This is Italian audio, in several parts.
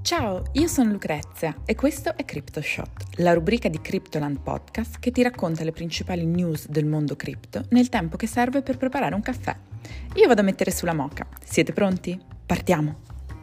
Ciao, io sono Lucrezia e questo è CryptoShot, la rubrica di Cryptoland Podcast che ti racconta le principali news del mondo cripto nel tempo che serve per preparare un caffè. Io vado a mettere sulla moka. Siete pronti? Partiamo!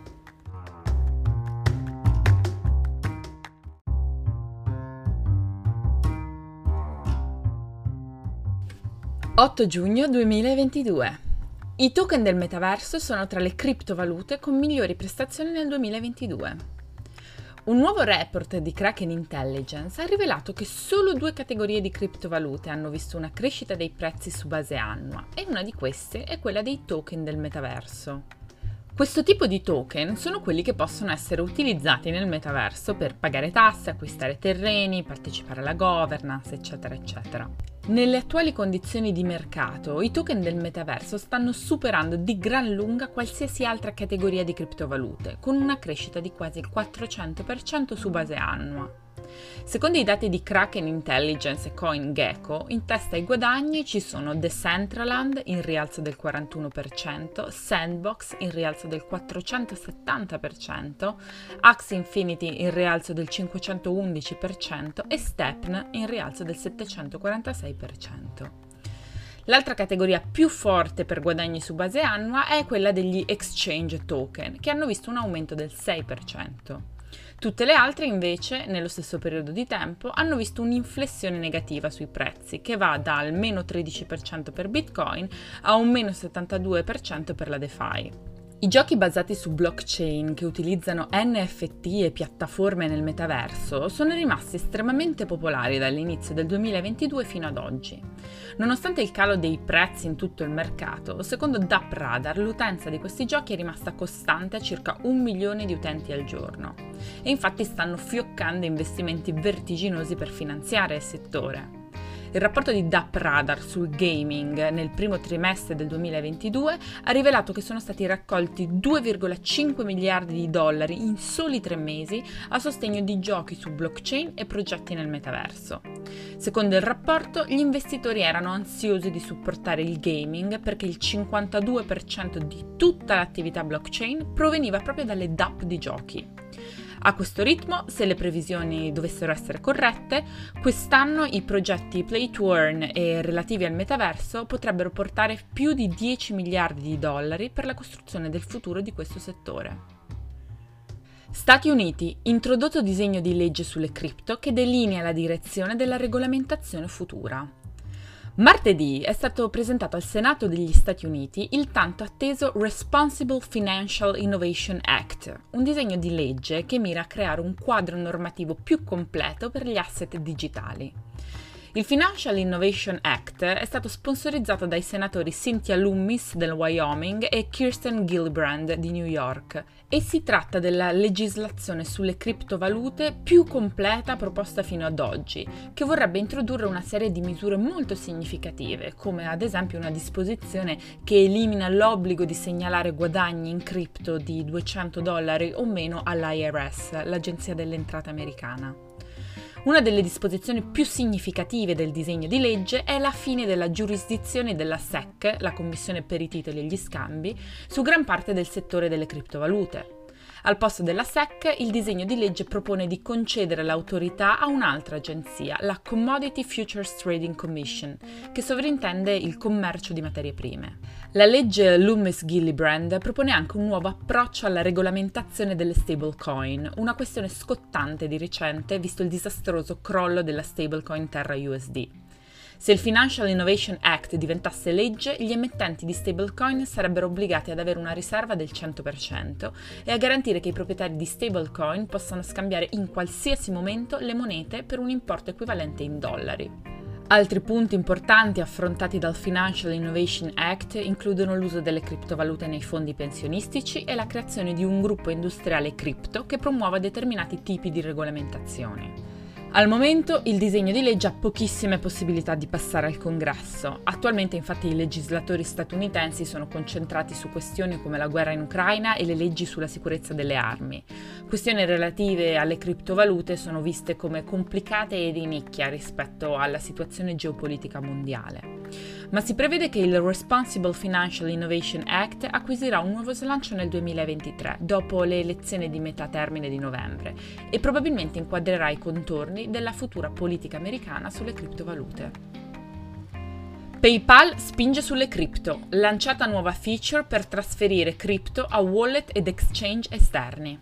8 giugno 2022. I token del metaverso sono tra le criptovalute con migliori prestazioni nel 2022. Un nuovo report di Kraken Intelligence ha rivelato che solo 2 categorie di criptovalute hanno visto una crescita dei prezzi su base annua e una di queste è quella dei token del metaverso. Questo tipo di token sono quelli che possono essere utilizzati nel metaverso per pagare tasse, acquistare terreni, partecipare alla governance, eccetera, eccetera. Nelle attuali condizioni di mercato, i token del metaverso stanno superando di gran lunga qualsiasi altra categoria di criptovalute, con una crescita di quasi il 400% su base annua. Secondo i dati di Kraken Intelligence e CoinGecko, in testa ai guadagni ci sono Decentraland in rialzo del 41%, Sandbox in rialzo del 470%, Axie Infinity in rialzo del 511% e Stepn in rialzo del 746%. L'altra categoria più forte per guadagni su base annua è quella degli exchange token, che hanno visto un aumento del 6%. Tutte le altre, invece, nello stesso periodo di tempo, hanno visto un'inflessione negativa sui prezzi, che va dal meno 13% per Bitcoin a un meno 72% per la DeFi. I giochi basati su blockchain che utilizzano NFT e piattaforme nel metaverso sono rimasti estremamente popolari dall'inizio del 2022 fino ad oggi. Nonostante il calo dei prezzi in tutto il mercato, secondo DappRadar l'utenza di questi giochi è rimasta costante a circa 1 milione di utenti al giorno e infatti stanno fioccando investimenti vertiginosi per finanziare il settore. Il rapporto di DappRadar sul gaming nel primo trimestre del 2022 ha rivelato che sono stati raccolti 2,5 miliardi di dollari in soli 3 mesi a sostegno di giochi su blockchain e progetti nel metaverso. Secondo il rapporto, gli investitori erano ansiosi di supportare il gaming perché il 52% di tutta l'attività blockchain proveniva proprio dalle DApp di giochi. A questo ritmo, se le previsioni dovessero essere corrette, quest'anno i progetti Play to Earn e relativi al metaverso potrebbero portare più di 10 miliardi di dollari per la costruzione del futuro di questo settore. Stati Uniti, introdotto disegno di legge sulle cripto che delinea la direzione della regolamentazione futura. Martedì è stato presentato al Senato degli Stati Uniti il tanto atteso Responsible Financial Innovation Act, un disegno di legge che mira a creare un quadro normativo più completo per gli asset digitali. Il Financial Innovation Act è stato sponsorizzato dai senatori Cynthia Lummis del Wyoming e Kirsten Gillibrand di New York e si tratta della legislazione sulle criptovalute più completa proposta fino ad oggi, che vorrebbe introdurre una serie di misure molto significative, come ad esempio una disposizione che elimina l'obbligo di segnalare guadagni in cripto di $200 o meno all'IRS, l'Agenzia delle Entrate americana. Una delle disposizioni più significative del disegno di legge è la fine della giurisdizione della SEC, la Commissione per i titoli e gli scambi, su gran parte del settore delle criptovalute. Al posto della SEC, il disegno di legge propone di concedere l'autorità a un'altra agenzia, la Commodity Futures Trading Commission, che sovrintende il commercio di materie prime. La legge Lummis-Gillibrand propone anche un nuovo approccio alla regolamentazione delle stablecoin, una questione scottante di recente visto il disastroso crollo della stablecoin Terra USD. Se il Financial Innovation Act diventasse legge, gli emittenti di stablecoin sarebbero obbligati ad avere una riserva del 100% e a garantire che i proprietari di stablecoin possano scambiare in qualsiasi momento le monete per un importo equivalente in dollari. Altri punti importanti affrontati dal Financial Innovation Act includono l'uso delle criptovalute nei fondi pensionistici e la creazione di un gruppo industriale cripto che promuova determinati tipi di regolamentazione. Al momento il disegno di legge ha pochissime possibilità di passare al Congresso. Attualmente infatti i legislatori statunitensi sono concentrati su questioni come la guerra in Ucraina e le leggi sulla sicurezza delle armi. Questioni relative alle criptovalute sono viste come complicate e di nicchia rispetto alla situazione geopolitica mondiale. Ma si prevede che il Responsible Financial Innovation Act acquisirà un nuovo slancio nel 2023, dopo le elezioni di metà termine di novembre, e probabilmente inquadrerà i contorni della futura politica americana sulle criptovalute. PayPal spinge sulle cripto, lanciata nuova feature per trasferire cripto a wallet ed exchange esterni.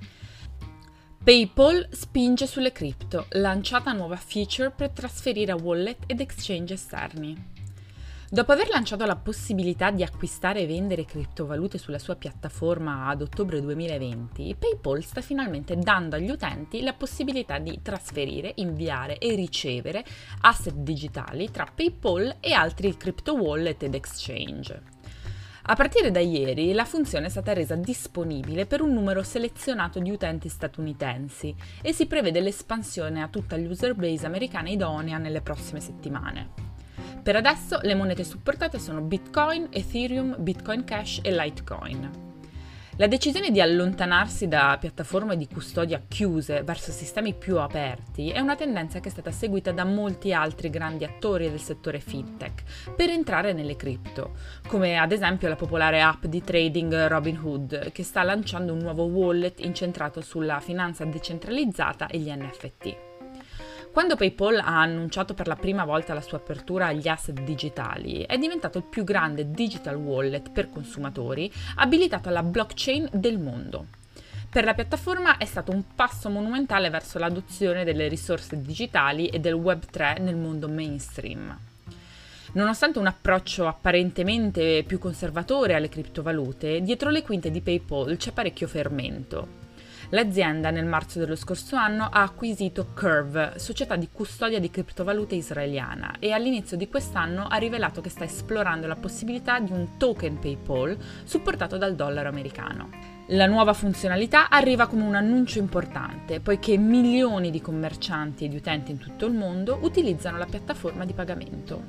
PayPal spinge sulle cripto, lanciata nuova feature per trasferire a wallet ed exchange esterni. Dopo aver lanciato la possibilità di acquistare e vendere criptovalute sulla sua piattaforma ad ottobre 2020, PayPal sta finalmente dando agli utenti la possibilità di trasferire, inviare e ricevere asset digitali tra PayPal e altri crypto wallet ed exchange. A partire da ieri la funzione è stata resa disponibile per un numero selezionato di utenti statunitensi e si prevede l'espansione a tutta l'user base americana idonea nelle prossime settimane. Per adesso le monete supportate sono Bitcoin, Ethereum, Bitcoin Cash e Litecoin. La decisione di allontanarsi da piattaforme di custodia chiuse verso sistemi più aperti è una tendenza che è stata seguita da molti altri grandi attori del settore fintech per entrare nelle cripto, come ad esempio la popolare app di trading Robinhood, che sta lanciando un nuovo wallet incentrato sulla finanza decentralizzata e gli NFT. Quando PayPal ha annunciato per la prima volta la sua apertura agli asset digitali, è diventato il più grande digital wallet per consumatori abilitato alla blockchain del mondo. Per la piattaforma è stato un passo monumentale verso l'adozione delle risorse digitali e del Web3 nel mondo mainstream. Nonostante un approccio apparentemente più conservatore alle criptovalute, dietro le quinte di PayPal c'è parecchio fermento. L'azienda nel marzo dello scorso anno ha acquisito Curve, società di custodia di criptovalute israeliana, e all'inizio di quest'anno ha rivelato che sta esplorando la possibilità di un token PayPal supportato dal dollaro americano. La nuova funzionalità arriva come un annuncio importante, poiché milioni di commercianti e di utenti in tutto il mondo utilizzano la piattaforma di pagamento.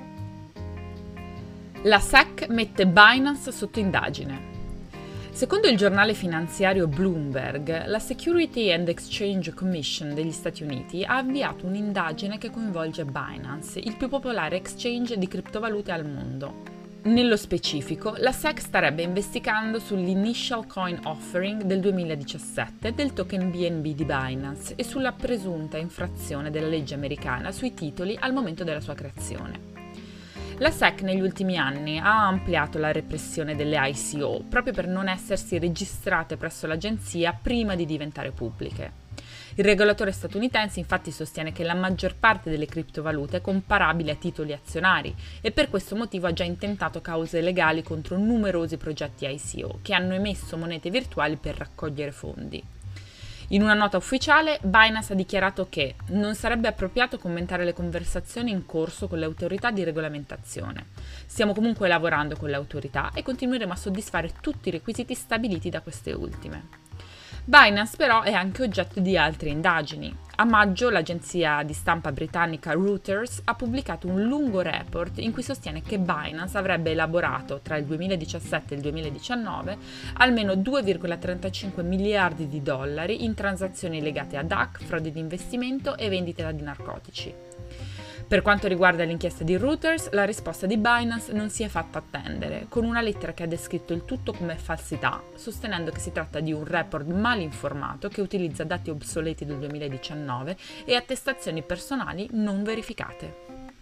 La SEC mette Binance sotto indagine. Secondo il giornale finanziario Bloomberg, la Security and Exchange Commission degli Stati Uniti ha avviato un'indagine che coinvolge Binance, il più popolare exchange di criptovalute al mondo. Nello specifico, la SEC starebbe investigando sull'Initial Coin Offering del 2017 del token BNB di Binance e sulla presunta infrazione della legge americana sui titoli al momento della sua creazione. La SEC negli ultimi anni ha ampliato la repressione delle ICO proprio per non essersi registrate presso l'agenzia prima di diventare pubbliche. Il regolatore statunitense infatti sostiene che la maggior parte delle criptovalute è comparabile a titoli azionari e per questo motivo ha già intentato cause legali contro numerosi progetti ICO che hanno emesso monete virtuali per raccogliere fondi. In una nota ufficiale, Binance ha dichiarato che non sarebbe appropriato commentare le conversazioni in corso con le autorità di regolamentazione. Stiamo comunque lavorando con le autorità e continueremo a soddisfare tutti i requisiti stabiliti da queste ultime. Binance però è anche oggetto di altre indagini. A maggio l'agenzia di stampa britannica Reuters ha pubblicato un lungo report in cui sostiene che Binance avrebbe elaborato tra il 2017 e il 2019 almeno 2,35 miliardi di dollari in transazioni legate ad hack, frodi di investimento e vendita di narcotici. Per quanto riguarda l'inchiesta di Reuters, la risposta di Binance non si è fatta attendere, con una lettera che ha descritto il tutto come falsità, sostenendo che si tratta di un report mal informato che utilizza dati obsoleti del 2019 e attestazioni personali non verificate.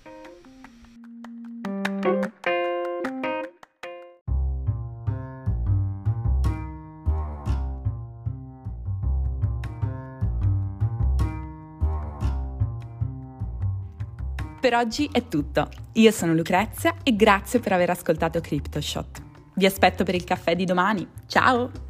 Per oggi è tutto. Io sono Lucrezia e grazie per aver ascoltato CryptoShot. Vi aspetto per il caffè di domani. Ciao!